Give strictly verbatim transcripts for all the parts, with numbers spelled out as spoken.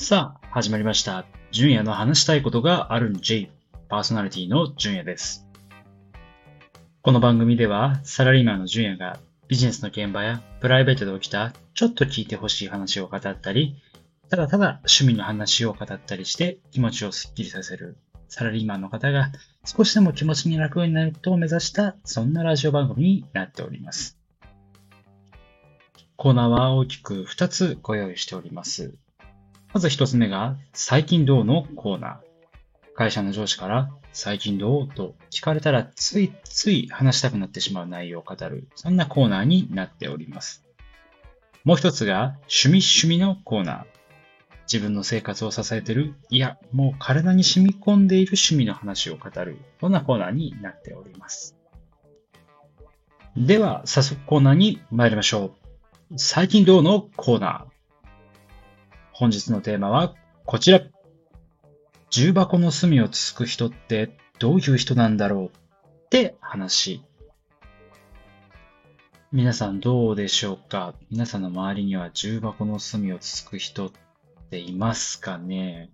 さあ、始まりました。純也の話したいことがあるん J。パーソナリティの純也です。この番組では、サラリーマンの純也がビジネスの現場やプライベートで起きたちょっと聞いてほしい話を語ったり、ただただ趣味の話を語ったりして気持ちをスッキリさせるサラリーマンの方が少しでも気持ちに楽になることを目指したそんなラジオ番組になっております。コーナーは大きくふたつご用意しております。まず一つ目が、最近どうのコーナー。会社の上司から、最近どうと聞かれたらついつい話したくなってしまう内容を語る、そんなコーナーになっております。もう一つが、趣味趣味のコーナー。自分の生活を支えている、いや、もう体に染み込んでいる趣味の話を語る、そんなコーナーになっております。では、早速コーナーに参りましょう。最近どうのコーナー。本日のテーマはこちら。重箱の隅をつつく人ってどういう人なんだろうって話。皆さんどうでしょうか？皆さんの周りには重箱の隅をつつく人っていますかね？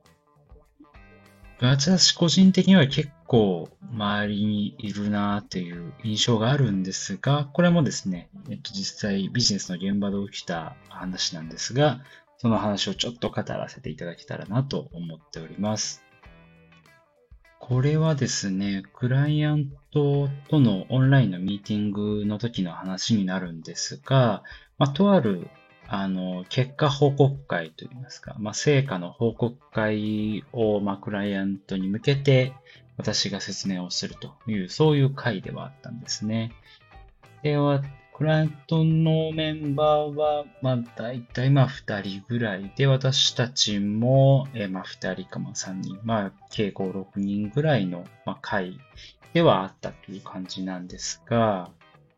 私個人的には結構周りにいるなっていう印象があるんですが、これもですね、えっと実際ビジネスの現場で起きた話なんですが、その話をちょっと語らせていただけたらなと思っております。これはですね、クライアントとのオンラインのミーティングの時の話になるんですが、まあ、とあるあの結果報告会といいますか、まあ、成果の報告会を、まあ、クライアントに向けて私が説明をするという、そういう会ではあったんですね。では、クライアントのメンバーは、まあ、大体まあふたりぐらいで、私たちも、えーまあふたりかまあさんにん、まあ計ご、ろくにんぐらいの、まあ、会ではあったという感じなんですが、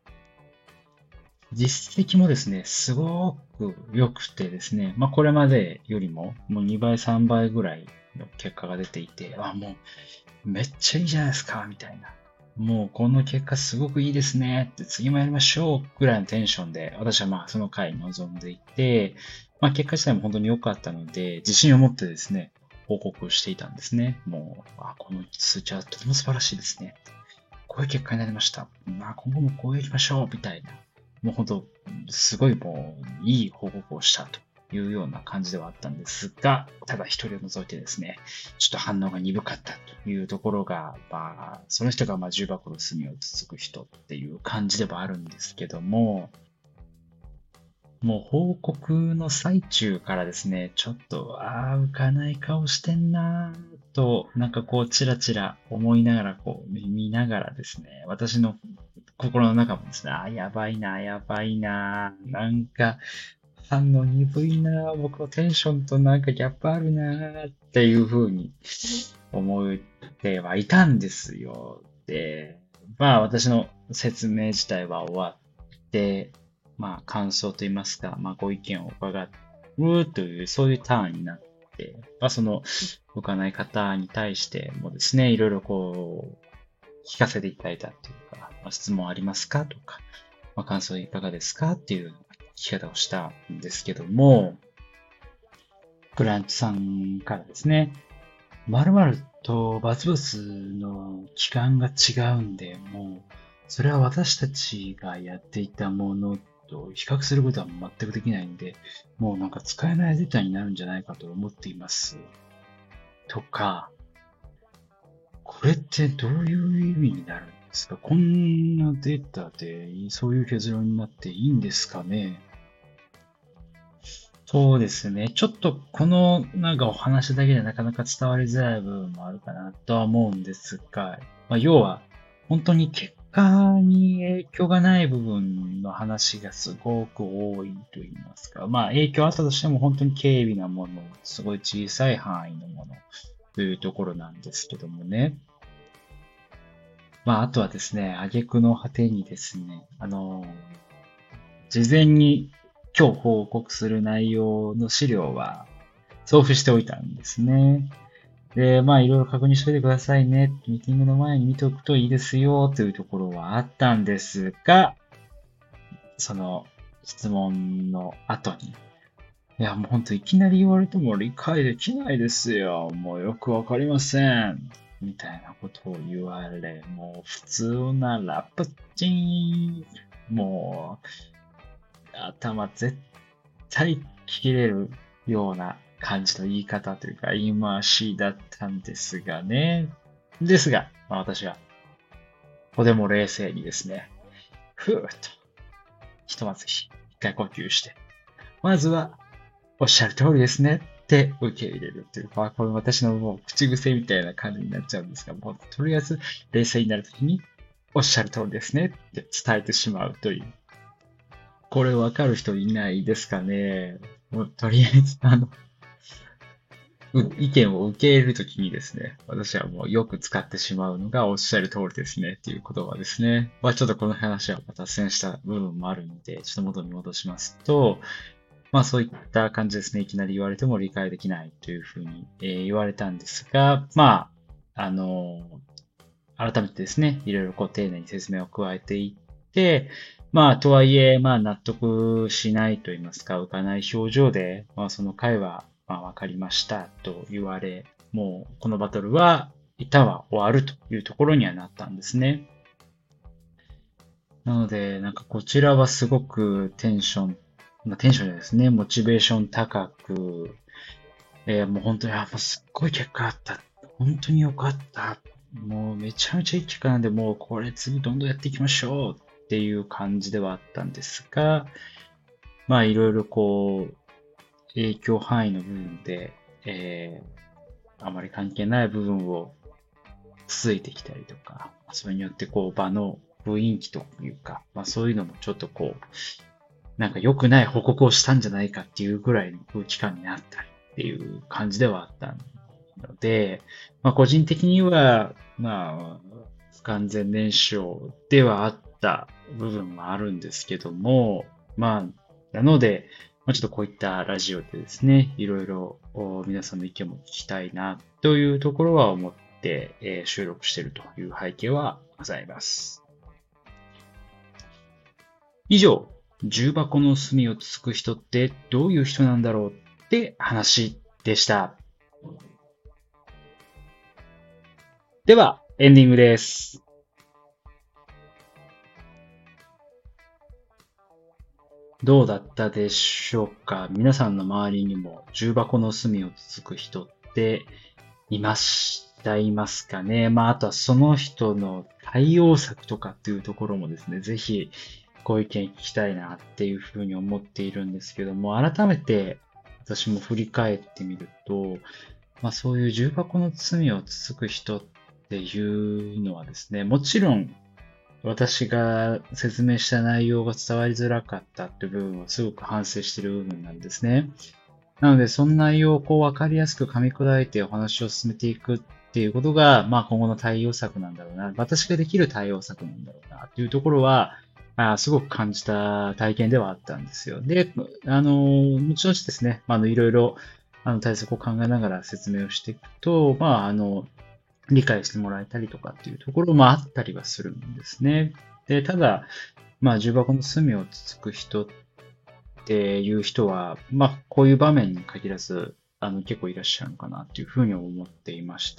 実績もですね、すごく良くてですね、まあこれまでよりももうにばい、さんばいぐらいの結果が出ていて、あ、もうめっちゃいいじゃないですか、みたいな。もうこの結果すごくいいですねって次もやりましょうぐらいのテンションで私はまあその回に臨んでいて、まあ結果自体も本当に良かったので自信を持ってですね、報告していたんですね。もう、あ、この数値はとても素晴らしいですね。こういう結果になりました。まあ今後もこうやりましょうみたいな。もう本当、すごいもういい報告をしたというような感じではあったんですが、ただ一人を除いてですね、ちょっと反応が鈍かったというところが、まあ、その人がまあ重箱の隅をつつく人っていう感じではあるんですけども、もう報告の最中からですね、ちょっと、ああ、浮かない顔してんなーと、なんかこう、チラチラ思いながら、こう、見ながらですね、私の心の中もですね、ああ、やばいな、やばいな、なんか、反応鈍いな、僕のテンションとなんかギャップあるな、っていう風に思ってはいたんですよ。で、まあ私の説明自体は終わって、まあ感想といいますか、まあご意見を伺うという、そういうターンになって、まあその、浮かない方に対してもですね、いろいろこう、聞かせていただいたっていうか、まあ、質問ありますかとか、まあ、感想いかがですかっていう聞き方をしたんですけども、クライアントさんからですね、〇〇とバツバツの期間が違うんで、もう、それは私たちがやっていたものと比較することは全くできないんで、もうなんか使えないデータになるんじゃないかと思っています。とか、これってどういう意味になるんですか？こんなデータでそういう結論になっていいんですかね？そうですね。ちょっとこのなんかお話だけでなかなか伝わりづらい部分もあるかなとは思うんですが、まあ、要は本当に結果に影響がない部分の話がすごく多いと言いますか、まあ影響あったとしても本当に軽微なもの、すごい小さい範囲のものというところなんですけどもね。まああとはですね、挙句の果てにですね、あの、事前に今日報告する内容の資料は送付しておいたんですね。で、まあいろいろ確認しといてくださいね。ミーティングの前に見ておくといいですよというところはあったんですが、その質問の後に、 いや、もうほんといきなり言われても理解できないですよ。もうよくわかりません。みたいなことを言われ、もう普通なラプチーン。もう頭絶対切れるような感じの言い方というか言い回しだったんですがね。ですが、まあ、私はとても冷静にですね、ふーっとひとまず一回呼吸して、まずはおっしゃる通りですねって受け入れるというか、これ私のもう口癖みたいな感じになっちゃうんですが、もうとりあえず冷静になるときにおっしゃる通りですねって伝えてしまうという。これわかる人いないですかね。もうとりあえず、あの、う意見を受け入れるときにですね、私はもうよく使ってしまうのがおっしゃる通りですねっていう言葉ですね。まあちょっとこの話は脱線した部分もあるので、ちょっと元に戻しますと、まあそういった感じですね。いきなり言われても理解できないというふうに、えー言われたんですが、まあ、あのー改めてですね、いろいろこう丁寧に説明を加えていって、まあとはいえ、まあ納得しないと言いますか、浮かない表情で、まあその会は、まあわかりましたと言われ、もうこのバトルは一旦は終わるというところにはなったんですね。なので、なんかこちらはすごくテンション、まあ、テンションですね、モチベーション高く、えーもう本当に、あ、もうすっごい結果あった。本当に良かった。もうめちゃめちゃいい結果なんで、もうこれ次どんどんやっていきましょうっていう感じではあったんですが、まあいろいろこう、影響範囲の部分で、えーあまり関係ない部分をついてきたりとか、それによってこう場の雰囲気というか、まあそういうのもちょっとこう、なんか良くない報告をしたんじゃないかっていうぐらいの空気感になったりっていう感じではあったので、まあ個人的には、まあ、不完全燃焼ではあった部分もあるんですけども、まあ、なので、まあ、ちょっとこういったラジオでですね、いろいろお皆さんの意見も聞きたいなというところは思って、えー収録しているという背景はございます。以上、重箱の隅をつつく人ってどういう人なんだろうって話でした。では、エンディングです。どうだったでしょうか？皆さんの周りにも重箱の隅をつつく人っていました、いますかね？まあ、あとはその人の対応策とかっていうところもですね、ぜひご意見聞きたいなっていうふうに思っているんですけども、改めて私も振り返ってみると、まあそういう重箱の罪をつつく人っていうのはですね、もちろん私が説明した内容が伝わりづらかったっていう部分はすごく反省している部分なんですね。なので、その内容をこう分かりやすく噛み砕いてお話を進めていくっていうことが、まあ今後の対応策なんだろうな。私ができる対応策なんだろうなっていうところは、まあ、すごく感じた体験ではあったんですよ。で、あの、もちろんですね、まあ、あの、いろいろ、あの、対策を考えながら説明をしていくと、まあ、あの、理解してもらえたりとかっていうところもあったりはするんですね。で、ただ、まあ、重箱の隅をつつく人っていう人は、まあ、こういう場面に限らず、あの、結構いらっしゃるのかなっていうふうに思っていまして、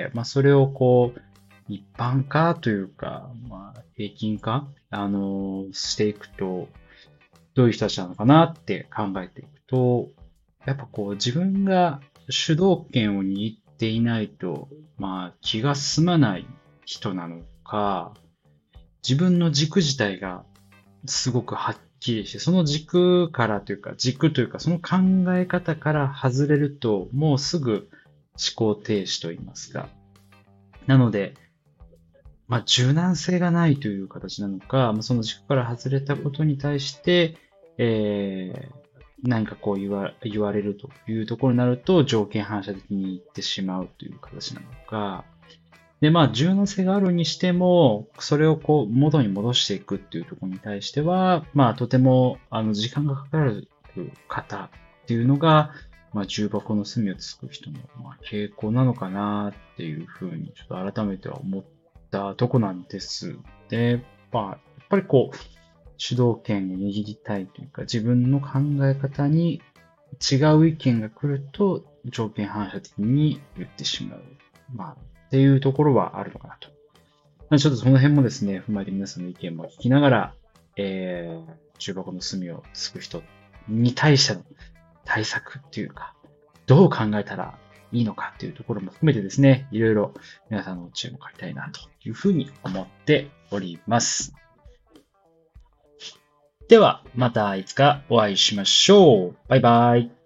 まあ、それをこう、一般化というか、まあ、平均化、あの、していくと、どういう人たちなのかなって考えていくと、やっぱこう、自分が主導権を握っていないと、まあ、気が済まない人なのか、自分の軸自体がすごくはっきりして、その軸からというか、軸というか、その考え方から外れると、もうすぐ思考停止と言いますか。なので、まあ、柔軟性がないという形なのか、まあ、その軸から外れたことに対して、えー、何かこう言わ、言われるというところになると、条件反射的に言ってしまうという形なのか、で、まあ、柔軟性があるにしても、それをこう、元に戻していくっていうところに対しては、まあ、とても、あの、時間がかかる方っていうのが、まあ、重箱の隅をつく人の、まあ、傾向なのかなっていうふうに、ちょっと改めては思ったとこなんです。で、まあ、やっぱりこう、主導権を握りたいというか、自分の考え方に違う意見が来ると条件反射的に言ってしまう。まあ、っていうところはあるのかなと。まあ、ちょっとその辺もですね、踏まえて皆さんの意見も聞きながら、えー、重箱の隅をつく人に対しての対策っていうか、どう考えたらいいのかっていうところも含めてですね、いろいろ皆さんの知恵も借りたいなというふうに思っております。では、またいつかお会いしましょう。バイバイ。